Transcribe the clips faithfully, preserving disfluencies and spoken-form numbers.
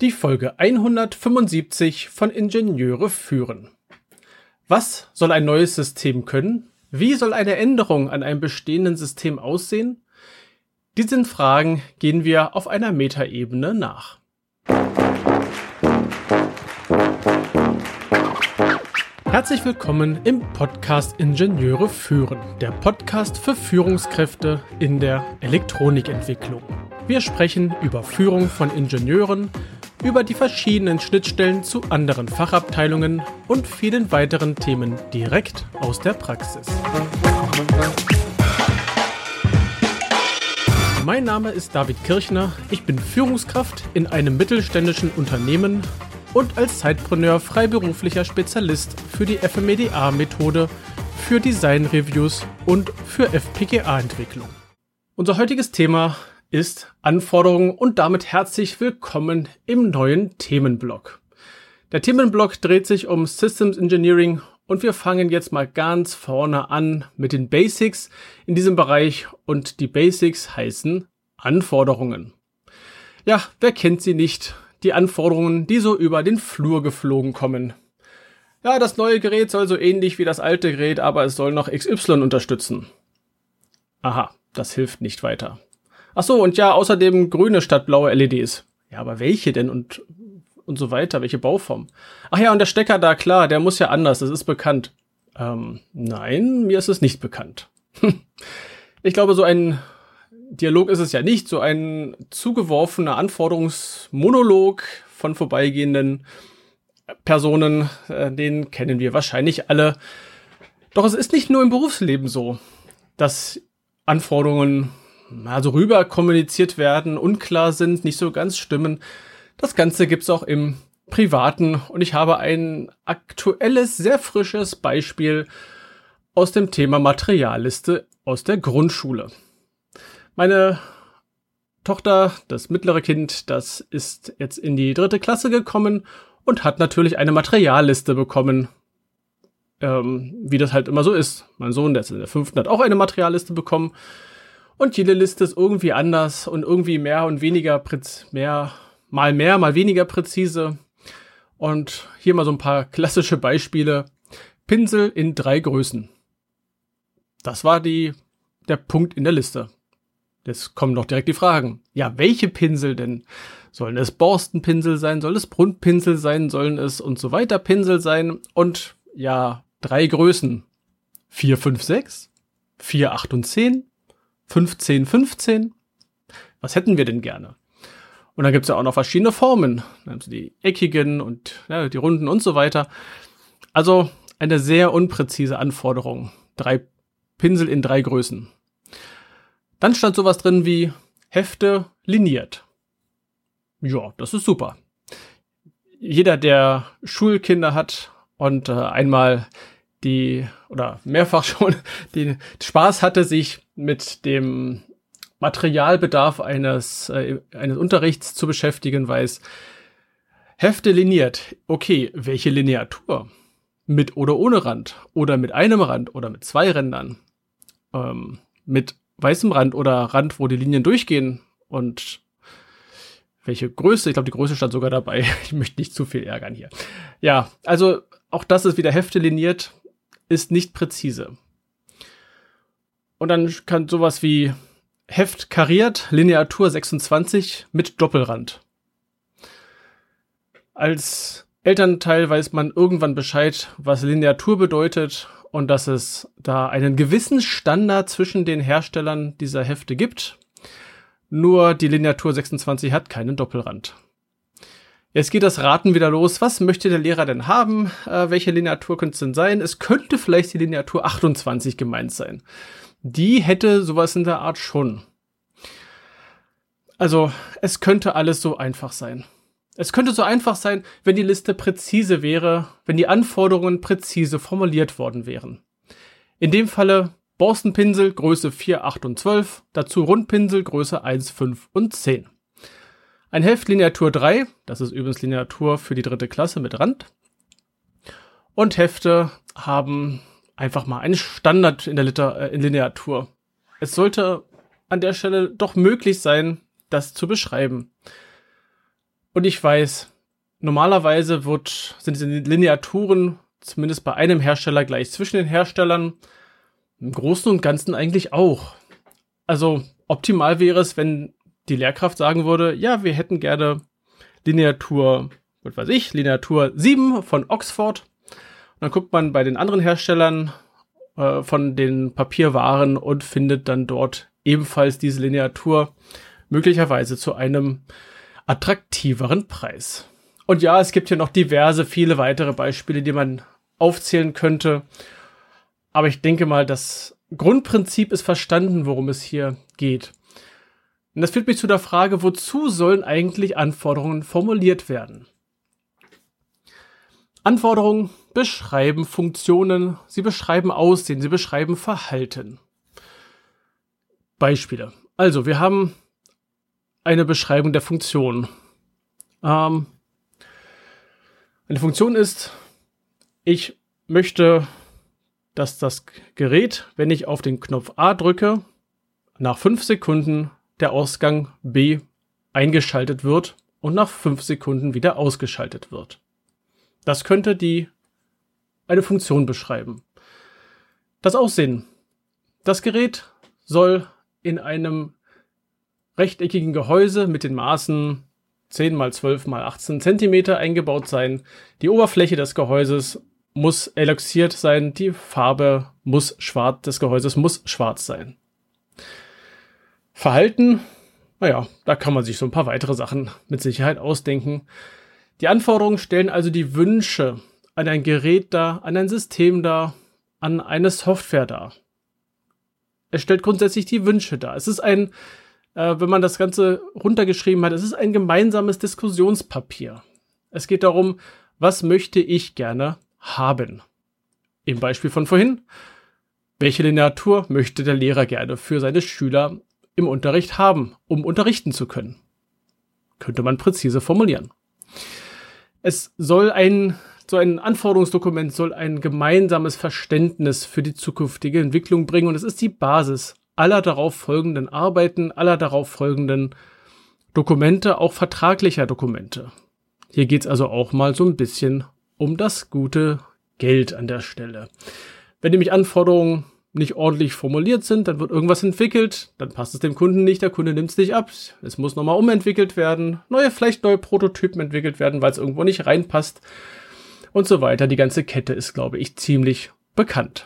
Die Folge hundertfünfundsiebzig von Ingenieure führen. Was soll ein neues System können? Wie soll eine Änderung an einem bestehenden System aussehen? Diesen Fragen gehen wir auf einer Metaebene nach. Herzlich willkommen im Podcast Ingenieure führen, der Podcast für Führungskräfte in der Elektronikentwicklung. Wir sprechen über Führung von Ingenieuren, über die verschiedenen Schnittstellen zu anderen Fachabteilungen und vielen weiteren Themen direkt aus der Praxis. Mein Name ist David Kirchner, ich bin Führungskraft in einem mittelständischen Unternehmen und als Zeitpreneur freiberuflicher Spezialist für die F M E D A-Methode, für Design-Reviews und für F P G A-Entwicklung. Unser heutiges Thema ist Anforderungen und damit herzlich willkommen im neuen Themenblock. Der Themenblock dreht sich um Systems Engineering und wir fangen jetzt mal ganz vorne an mit den Basics in diesem Bereich und die Basics heißen Anforderungen. Ja, wer kennt sie nicht? Die Anforderungen, die so über den Flur geflogen kommen. Ja, das neue Gerät soll so ähnlich wie das alte Gerät, aber es soll noch X Y unterstützen. Aha, das hilft nicht weiter. Ach so, und ja, außerdem grüne statt blaue L E Ds. Ja, aber welche denn und, und so weiter, welche Bauform? Ach ja, und der Stecker da, klar, der muss ja anders, das ist bekannt. Ähm, nein, mir ist es nicht bekannt. Ich glaube, so ein Dialog ist es ja nicht, so ein zugeworfener Anforderungsmonolog von vorbeigehenden Personen, äh, den kennen wir wahrscheinlich alle. Doch es ist nicht nur im Berufsleben so, dass Anforderungen also rüber kommuniziert werden, unklar sind, nicht so ganz stimmen. Das Ganze gibt's auch im Privaten und ich habe ein aktuelles, sehr frisches Beispiel aus dem Thema Materialliste aus der Grundschule. Meine Tochter, das mittlere Kind, das ist jetzt in die dritte Klasse gekommen und hat natürlich eine Materialliste bekommen, ähm, wie das halt immer so ist. Mein Sohn, der ist in der fünften, hat auch eine Materialliste bekommen. Und jede Liste ist irgendwie anders und irgendwie mehr und weniger, präz- mehr, mal mehr, mal weniger präzise. Und hier mal so ein paar klassische Beispiele. Pinsel in drei Größen. Das war die, der Punkt in der Liste. Jetzt kommen doch direkt die Fragen. Ja, welche Pinsel denn? Sollen es Borstenpinsel sein? Soll es Buntpinsel sein? Sollen es und so weiter Pinsel sein? Und ja, drei Größen. vier, fünf, sechs, vier, acht und zehn. fünfzehn, fünfzehn. Was hätten wir denn gerne? Und dann gibt's ja auch noch verschiedene Formen. Dann haben sie die eckigen und ja, die runden und so weiter. Also eine sehr unpräzise Anforderung. Drei Pinsel in drei Größen. Dann stand sowas drin wie Hefte liniert. Ja, das ist super. Jeder, der Schulkinder hat und äh, einmal die oder mehrfach schon den Spaß hatte, sich mit dem Materialbedarf eines äh, eines Unterrichts zu beschäftigen, weiß, Hefte liniert. Okay, welche Lineatur? Mit oder ohne Rand? Oder mit einem Rand? Oder mit zwei Rändern? Ähm, mit weißem Rand oder Rand, wo die Linien durchgehen? Und welche Größe? Ich glaube, die Größe stand sogar dabei. Ich möchte nicht zu viel ärgern hier. Ja, also auch das ist wieder Hefte liniert. Ist nicht präzise. Und dann kann sowas wie Heft kariert, Lineatur sechsundzwanzig mit Doppelrand. Als Elternteil weiß man irgendwann Bescheid, was Lineatur bedeutet und dass es da einen gewissen Standard zwischen den Herstellern dieser Hefte gibt. Nur die Lineatur sechsundzwanzig hat keinen Doppelrand. Jetzt geht das Raten wieder los. Was möchte der Lehrer denn haben? Äh, welche Lineatur könnte es denn sein? Es könnte vielleicht die Lineatur achtundzwanzig gemeint sein. Die hätte sowas in der Art schon. Also, es könnte alles so einfach sein. Es könnte so einfach sein, wenn die Liste präzise wäre, wenn die Anforderungen präzise formuliert worden wären. In dem Falle Borstenpinsel Größe vier, acht und zwölf, dazu Rundpinsel Größe eins, fünf und zehn. Ein Heft Lineatur drei, das ist übrigens Lineatur für die dritte Klasse mit Rand. Und Hefte haben einfach mal einen Standard in der Liter- äh, in Lineatur. Es sollte an der Stelle doch möglich sein, das zu beschreiben. Und ich weiß, normalerweise wird, sind diese Lineaturen zumindest bei einem Hersteller gleich zwischen den Herstellern. Im Großen und Ganzen eigentlich auch. Also optimal wäre es, wenn die Lehrkraft sagen würde, ja, wir hätten gerne Lineatur, was weiß ich, Lineatur sieben von Oxford. Und dann guckt man bei den anderen Herstellern äh, von den Papierwaren und findet dann dort ebenfalls diese Lineatur, möglicherweise zu einem attraktiveren Preis. Und ja, es gibt hier noch diverse, viele weitere Beispiele, die man aufzählen könnte. Aber ich denke mal, das Grundprinzip ist verstanden, worum es hier geht. Und das führt mich zu der Frage, wozu sollen eigentlich Anforderungen formuliert werden? Anforderungen beschreiben Funktionen, sie beschreiben Aussehen, sie beschreiben Verhalten. Beispiele. Also, wir haben eine Beschreibung der Funktion. Ähm, eine Funktion ist, ich möchte, dass das Gerät, wenn ich auf den Knopf A drücke, nach fünf Sekunden der Ausgang B eingeschaltet wird und nach fünf Sekunden wieder ausgeschaltet wird. Das könnte die eine Funktion beschreiben. Das Aussehen. Das Gerät soll in einem rechteckigen Gehäuse mit den Maßen zehn mal zwölf mal achtzehn Zentimeter eingebaut sein. Die Oberfläche des Gehäuses muss eloxiert sein. Die Farbe muss schwarz, des Gehäuses muss schwarz sein. Verhalten, naja, da kann man sich so ein paar weitere Sachen mit Sicherheit ausdenken. Die Anforderungen stellen also die Wünsche an ein Gerät dar, an ein System dar, an eine Software dar. Es stellt grundsätzlich die Wünsche dar. Es ist ein, äh, wenn man das Ganze runtergeschrieben hat, es ist ein gemeinsames Diskussionspapier. Es geht darum, was möchte ich gerne haben? Im Beispiel von vorhin, welche Lineatur möchte der Lehrer gerne für seine Schüler im Unterricht haben, um unterrichten zu können? Könnte man präzise formulieren. Es soll ein, so ein Anforderungsdokument soll ein gemeinsames Verständnis für die zukünftige Entwicklung bringen und es ist die Basis aller darauf folgenden Arbeiten, aller darauf folgenden Dokumente, auch vertraglicher Dokumente. Hier geht es also auch mal so ein bisschen um das gute Geld an der Stelle. Wenn nämlich Anforderungen nicht ordentlich formuliert sind, dann wird irgendwas entwickelt, dann passt es dem Kunden nicht, der Kunde nimmt es nicht ab, es muss nochmal umentwickelt werden, neue, vielleicht neue Prototypen entwickelt werden, weil es irgendwo nicht reinpasst und so weiter. Die ganze Kette ist, glaube ich, ziemlich bekannt.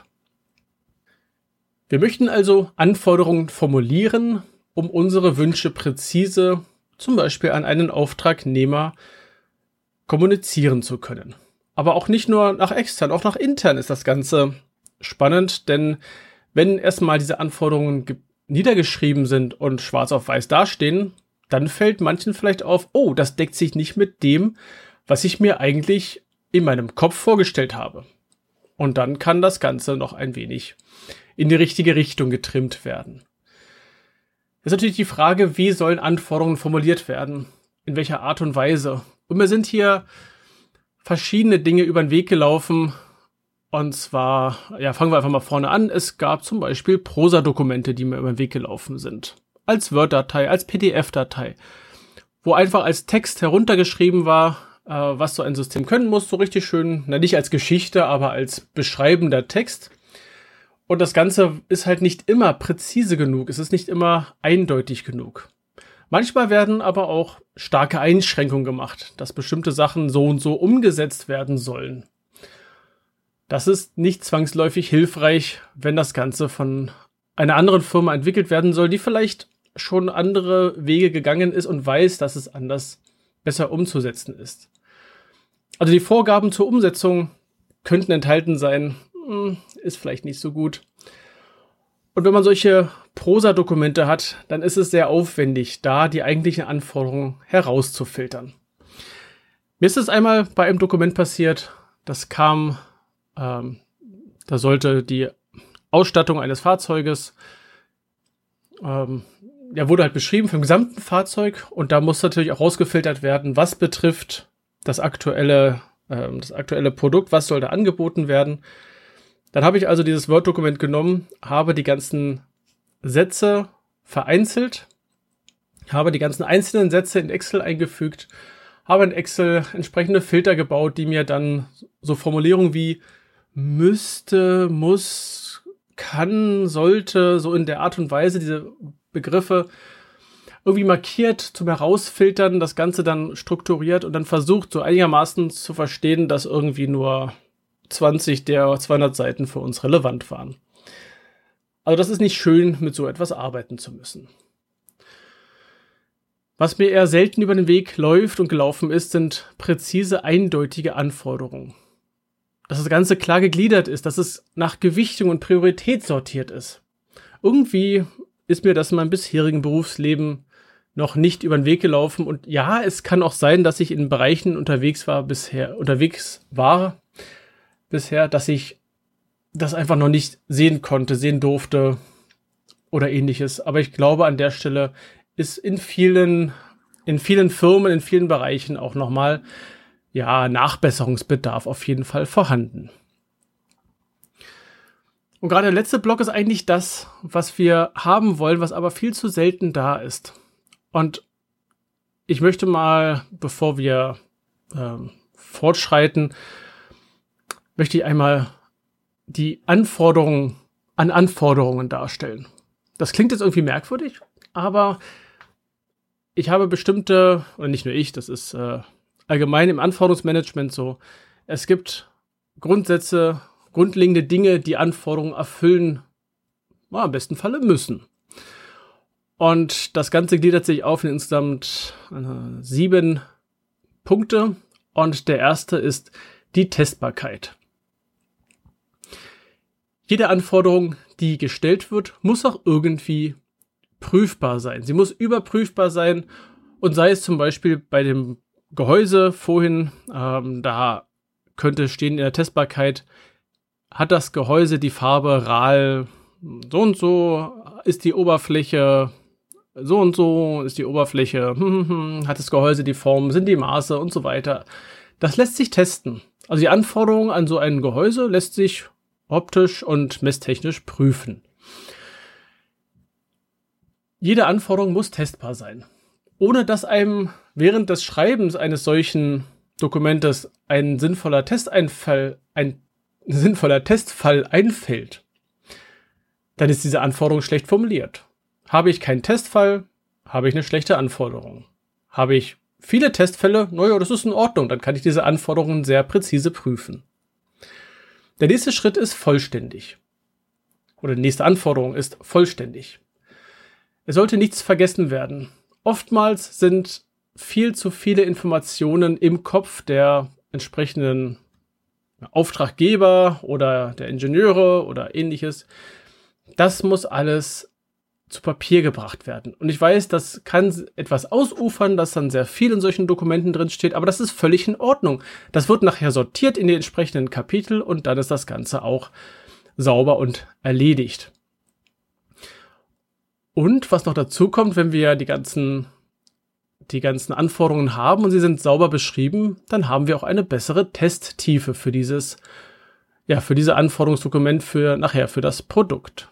Wir möchten also Anforderungen formulieren, um unsere Wünsche präzise, zum Beispiel an einen Auftragnehmer, kommunizieren zu können. Aber auch nicht nur nach extern, auch nach intern ist das Ganze spannend, denn wenn erstmal diese Anforderungen ge- niedergeschrieben sind und schwarz auf weiß dastehen, dann fällt manchen vielleicht auf, oh, das deckt sich nicht mit dem, was ich mir eigentlich in meinem Kopf vorgestellt habe. Und dann kann das Ganze noch ein wenig in die richtige Richtung getrimmt werden. Jetzt ist natürlich die Frage, wie sollen Anforderungen formuliert werden? In welcher Art und Weise? Und mir sind hier verschiedene Dinge über den Weg gelaufen. Und zwar, ja, fangen wir einfach mal vorne an. Es gab zum Beispiel Prosa-Dokumente, die mir über den Weg gelaufen sind. Als Word-Datei, als P D F-Datei. Wo einfach als Text heruntergeschrieben war, äh, was so ein System können muss. So richtig schön, na nicht als Geschichte, aber als beschreibender Text. Und das Ganze ist halt nicht immer präzise genug. Es ist nicht immer eindeutig genug. Manchmal werden aber auch starke Einschränkungen gemacht, dass bestimmte Sachen so und so umgesetzt werden sollen. Das ist nicht zwangsläufig hilfreich, wenn das Ganze von einer anderen Firma entwickelt werden soll, die vielleicht schon andere Wege gegangen ist und weiß, dass es anders besser umzusetzen ist. Also die Vorgaben zur Umsetzung könnten enthalten sein, ist vielleicht nicht so gut. Und wenn man solche Prosa-Dokumente hat, dann ist es sehr aufwendig, da die eigentlichen Anforderungen herauszufiltern. Mir ist es einmal bei einem Dokument passiert, das kam, ähm, da sollte die Ausstattung eines Fahrzeuges, ähm, ja, wurde halt beschrieben für den gesamten Fahrzeug und da muss natürlich auch rausgefiltert werden, was betrifft das aktuelle, ähm, das aktuelle Produkt, was soll da angeboten werden. Dann habe ich also dieses Word-Dokument genommen, habe die ganzen Sätze vereinzelt, habe die ganzen einzelnen Sätze in Excel eingefügt, habe in Excel entsprechende Filter gebaut, die mir dann so Formulierungen wie müsste, muss, kann, sollte, so in der Art und Weise, diese Begriffe irgendwie markiert, zum Herausfiltern, das Ganze dann strukturiert und dann versucht, so einigermaßen zu verstehen, dass irgendwie nur zwanzig der zweihundert Seiten für uns relevant waren. Also das ist nicht schön, mit so etwas arbeiten zu müssen. Was mir eher selten über den Weg läuft und gelaufen ist, sind präzise, eindeutige Anforderungen. Dass das Ganze klar gegliedert ist, dass es nach Gewichtung und Priorität sortiert ist. Irgendwie ist mir das in meinem bisherigen Berufsleben noch nicht über den Weg gelaufen. Und ja, es kann auch sein, dass ich in Bereichen unterwegs war bisher, unterwegs war bisher, dass ich das einfach noch nicht sehen konnte, sehen durfte oder ähnliches. Aber ich glaube, an der Stelle ist in vielen, in vielen Firmen, in vielen Bereichen auch nochmal, ja, Nachbesserungsbedarf auf jeden Fall vorhanden. Und gerade der letzte Block ist eigentlich das, was wir haben wollen, was aber viel zu selten da ist. Und ich möchte mal, bevor wir ähm, fortschreiten, möchte ich einmal die Anforderungen an Anforderungen darstellen. Das klingt jetzt irgendwie merkwürdig, aber ich habe bestimmte, oder nicht nur ich, das ist äh, allgemein im Anforderungsmanagement so, es gibt Grundsätze, grundlegende Dinge, die Anforderungen erfüllen, na, im besten Falle müssen. Und das Ganze gliedert sich auf in insgesamt äh, sieben Punkte. Und der erste ist die Testbarkeit. Jede Anforderung, die gestellt wird, muss auch irgendwie prüfbar sein. Sie muss überprüfbar sein. Und sei es zum Beispiel bei dem Gehäuse vorhin, ähm, da könnte stehen in der Testbarkeit, hat das Gehäuse die Farbe R A L so und so, ist die Oberfläche so und so, ist die Oberfläche, hm, hm, hat das Gehäuse die Form, sind die Maße und so weiter. Das lässt sich testen. Also die Anforderungen an so ein Gehäuse lässt sich optisch und messtechnisch prüfen. Jede Anforderung muss testbar sein. Ohne dass einem während des Schreibens eines solchen Dokumentes ein sinnvoller Testeinfall, ein sinnvoller Testfall einfällt, dann ist diese Anforderung schlecht formuliert. Habe ich keinen Testfall, habe ich eine schlechte Anforderung. Habe ich viele Testfälle, naja, das ist in Ordnung, dann kann ich diese Anforderungen sehr präzise prüfen. Der nächste Schritt ist vollständig. Oder die nächste Anforderung ist vollständig. Es sollte nichts vergessen werden. Oftmals sind viel zu viele Informationen im Kopf der entsprechenden Auftraggeber oder der Ingenieure oder ähnliches. Das muss alles zu Papier gebracht werden. Und ich weiß, das kann etwas ausufern, dass dann sehr viel in solchen Dokumenten drin steht, aber das ist völlig in Ordnung. Das wird nachher sortiert in die entsprechenden Kapitel und dann ist das Ganze auch sauber und erledigt. Und was noch dazu kommt, wenn wir die ganzen, die ganzen Anforderungen haben und sie sind sauber beschrieben, dann haben wir auch eine bessere Testtiefe für dieses, ja, für dieses Anforderungsdokument für nachher, für das Produkt.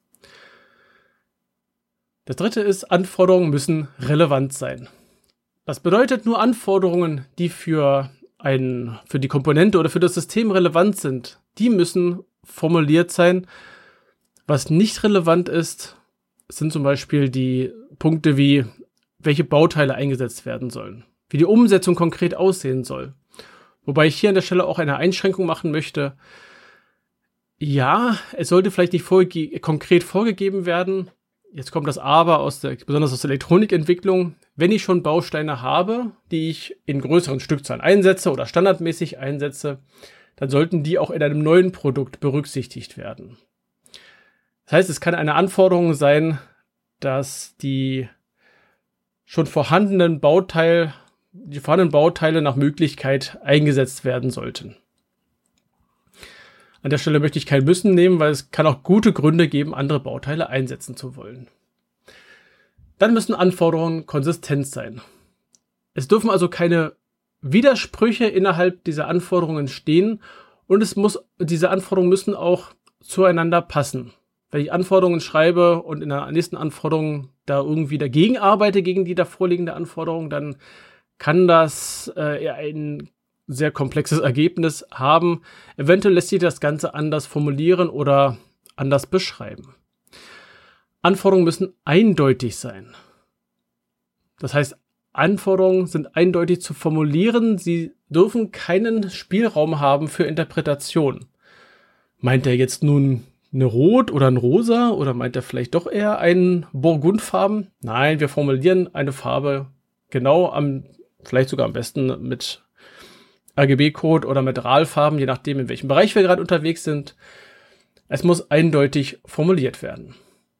Das dritte ist, Anforderungen müssen relevant sein. Das bedeutet nur Anforderungen, die für ein, für die Komponente oder für das System relevant sind. Die müssen formuliert sein. Was nicht relevant ist, sind zum Beispiel die Punkte wie, welche Bauteile eingesetzt werden sollen, wie die Umsetzung konkret aussehen soll. Wobei ich hier an der Stelle auch eine Einschränkung machen möchte. Ja, es sollte vielleicht nicht vorge- konkret vorgegeben werden. Jetzt kommt das Aber, aus der, besonders aus der Elektronikentwicklung. Wenn ich schon Bausteine habe, die ich in größeren Stückzahlen einsetze oder standardmäßig einsetze, dann sollten die auch in einem neuen Produkt berücksichtigt werden. Das heißt, es kann eine Anforderung sein, dass die schon vorhandenen Bauteile, die vorhandenen Bauteile nach Möglichkeit eingesetzt werden sollten. An der Stelle möchte ich kein Müssen nehmen, weil es kann auch gute Gründe geben, andere Bauteile einsetzen zu wollen. Dann müssen Anforderungen konsistent sein. Es dürfen also keine Widersprüche innerhalb dieser Anforderungen stehen und es muss, diese Anforderungen müssen auch zueinander passen. Wenn ich Anforderungen schreibe und in der nächsten Anforderung da irgendwie dagegen arbeite, gegen die da vorliegende Anforderung, dann kann das äh, ein sehr komplexes Ergebnis haben. Eventuell lässt sich das Ganze anders formulieren oder anders beschreiben. Anforderungen müssen eindeutig sein. Das heißt, Anforderungen sind eindeutig zu formulieren. Sie dürfen keinen Spielraum haben für Interpretation. Meint er jetzt nun eine Rot oder ein Rosa oder meint er vielleicht doch eher einen Burgundfarben? Nein, wir formulieren eine Farbe genau am, vielleicht sogar am besten mit R G B-Code oder mit R A L-Farben, je nachdem, in welchem Bereich wir gerade unterwegs sind. Es muss eindeutig formuliert werden.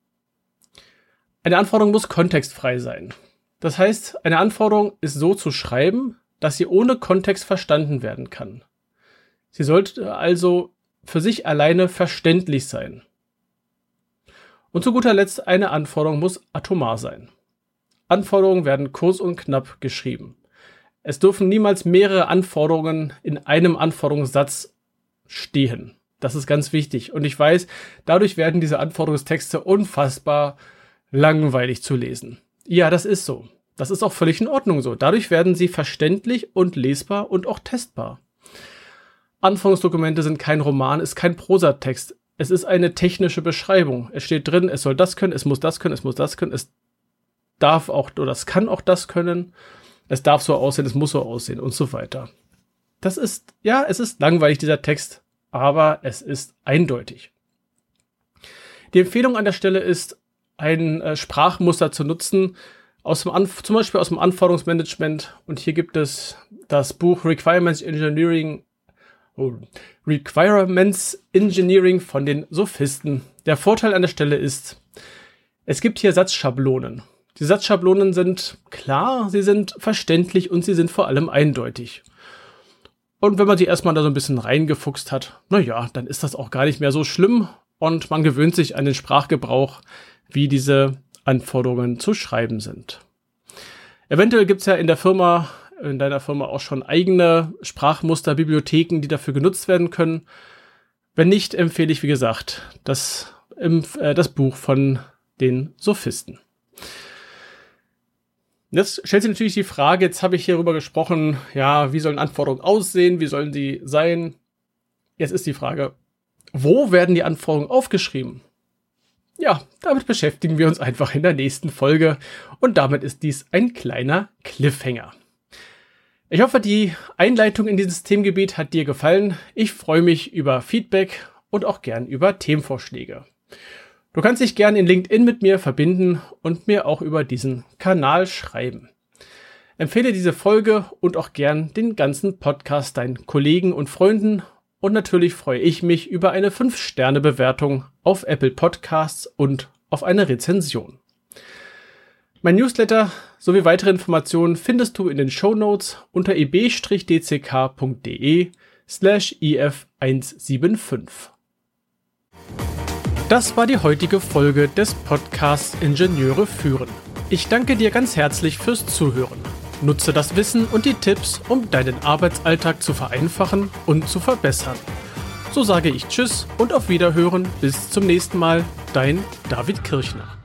Eine Anforderung muss kontextfrei sein. Das heißt, eine Anforderung ist so zu schreiben, dass sie ohne Kontext verstanden werden kann. Sie sollte also für sich alleine verständlich sein. Und zu guter Letzt, eine Anforderung muss atomar sein. Anforderungen werden kurz und knapp geschrieben. Es dürfen niemals mehrere Anforderungen in einem Anforderungssatz stehen. Das ist ganz wichtig. Und ich weiß, dadurch werden diese Anforderungstexte unfassbar langweilig zu lesen. Ja, das ist so. Das ist auch völlig in Ordnung so. Dadurch werden sie verständlich und lesbar und auch testbar. Anforderungsdokumente sind kein Roman, ist kein Prosatext. Es ist eine technische Beschreibung. Es steht drin, es soll das können, es muss das können, es muss das können, es darf auch oder es kann auch das können. Es darf so aussehen, es muss so aussehen und so weiter. Das ist, ja, es ist langweilig, dieser Text, aber es ist eindeutig. Die Empfehlung an der Stelle ist, ein äh, Sprachmuster zu nutzen, aus dem Anf- zum Beispiel aus dem Anforderungsmanagement. Und hier gibt es das Buch Requirements Engineering, oh, Requirements Engineering von den Sophisten. Der Vorteil an der Stelle ist, es gibt hier Satzschablonen. Die Satzschablonen sind klar, sie sind verständlich und sie sind vor allem eindeutig. Und wenn man sie erstmal da so ein bisschen reingefuchst hat, naja, dann ist das auch gar nicht mehr so schlimm und man gewöhnt sich an den Sprachgebrauch, wie diese Anforderungen zu schreiben sind. Eventuell gibt's ja in der Firma, in deiner Firma auch schon eigene Sprachmuster, Bibliotheken, die dafür genutzt werden können. Wenn nicht, empfehle ich, wie gesagt, das, äh, das Buch von den Sophisten. Jetzt stellt sich natürlich die Frage, jetzt habe ich hierüber gesprochen, ja, wie sollen Anforderungen aussehen, wie sollen sie sein? Jetzt ist die Frage, wo werden die Anforderungen aufgeschrieben? Ja, damit beschäftigen wir uns einfach in der nächsten Folge und damit ist dies ein kleiner Cliffhanger. Ich hoffe, die Einleitung in dieses Themengebiet hat dir gefallen. Ich freue mich über Feedback und auch gern über Themenvorschläge. Du kannst dich gern in LinkedIn mit mir verbinden und mir auch über diesen Kanal schreiben. Empfehle diese Folge und auch gern den ganzen Podcast deinen Kollegen und Freunden und natürlich freue ich mich über eine fünf Sterne Bewertung auf Apple Podcasts und auf eine Rezension. Mein Newsletter sowie weitere Informationen findest du in den Shownotes unter ib-dck.de slash if eins sieben fünf. Das war die heutige Folge des Podcasts Ingenieure führen. Ich danke dir ganz herzlich fürs Zuhören. Nutze das Wissen und die Tipps, um deinen Arbeitsalltag zu vereinfachen und zu verbessern. So sage ich Tschüss und auf Wiederhören. Bis zum nächsten Mal. Dein David Kirchner.